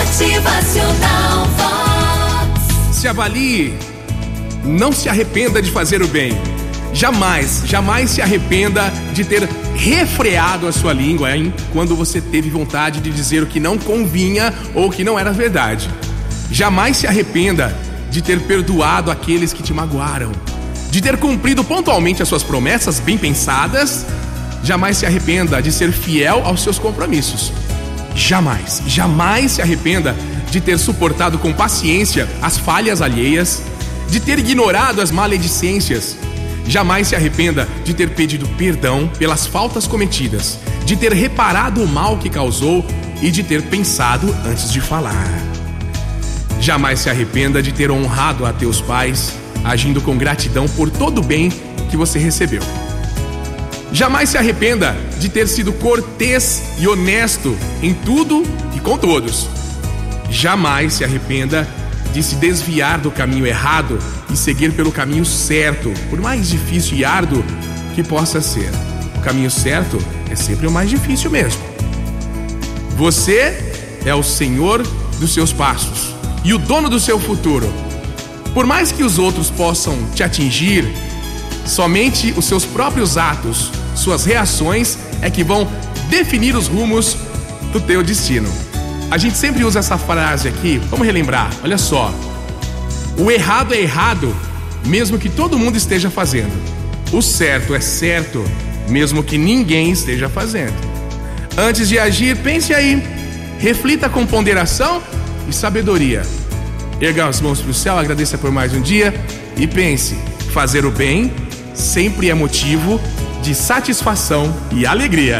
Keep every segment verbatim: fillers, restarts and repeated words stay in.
Motivacional Vox. Se avalie, não se arrependa de fazer o bem. Jamais, jamais se arrependa de ter refreado a sua língua, hein? Quando você teve vontade de dizer o que não convinha ou que não era verdade. Jamais se arrependa de ter perdoado aqueles que te magoaram, de ter cumprido pontualmente as suas promessas bem pensadas. Jamais se arrependa de ser fiel aos seus compromissos. Jamais, jamais se arrependa de ter suportado com paciência as falhas alheias, de ter ignorado as maledicências. Jamais se arrependa de ter pedido perdão pelas faltas cometidas, de ter reparado o mal que causou e de ter pensado antes de falar. Jamais se arrependa de ter honrado a teus pais, agindo com gratidão por todo o bem que você recebeu. Jamais se arrependa de ter sido cortês e honesto em tudo e com todos. Jamais se arrependa de se desviar do caminho errado e seguir pelo caminho certo, por mais difícil e árduo que possa ser. O caminho certo é sempre o mais difícil mesmo. Você é o senhor dos seus passos e o dono do seu futuro. Por mais que os outros possam te atingir, somente os seus próprios atos, suas reações é que vão definir os rumos do teu destino. A gente sempre usa essa frase aqui, vamos relembrar, olha só. O errado é errado, mesmo que todo mundo esteja fazendo. O certo é certo, mesmo que ninguém esteja fazendo. Antes de agir, pense aí, reflita com ponderação e sabedoria. Erga as mãos para o céu, agradeça por mais um dia e pense, fazer o bem sempre é motivo de satisfação e alegria.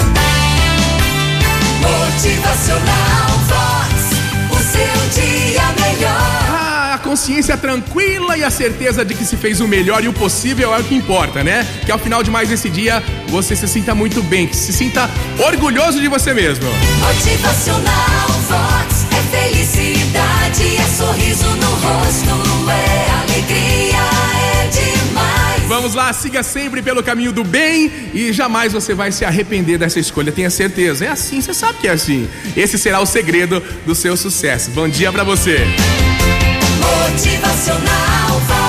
Motivacional Vox, o seu dia melhor. Ah, a consciência tranquila e a certeza de que se fez o melhor e o possível é o que importa, né? Que ao final de mais esse dia você se sinta muito bem, que se sinta orgulhoso de você mesmo. Motivacional Vox é felicidade, é sorriso no rosto, é alegria, é demais. Vamos lá, siga sempre pelo caminho do bem e jamais você vai se arrepender dessa escolha, tenha certeza. É assim, você sabe que é assim. Esse será o segredo do seu sucesso. Bom dia pra você. Motivacional Vox.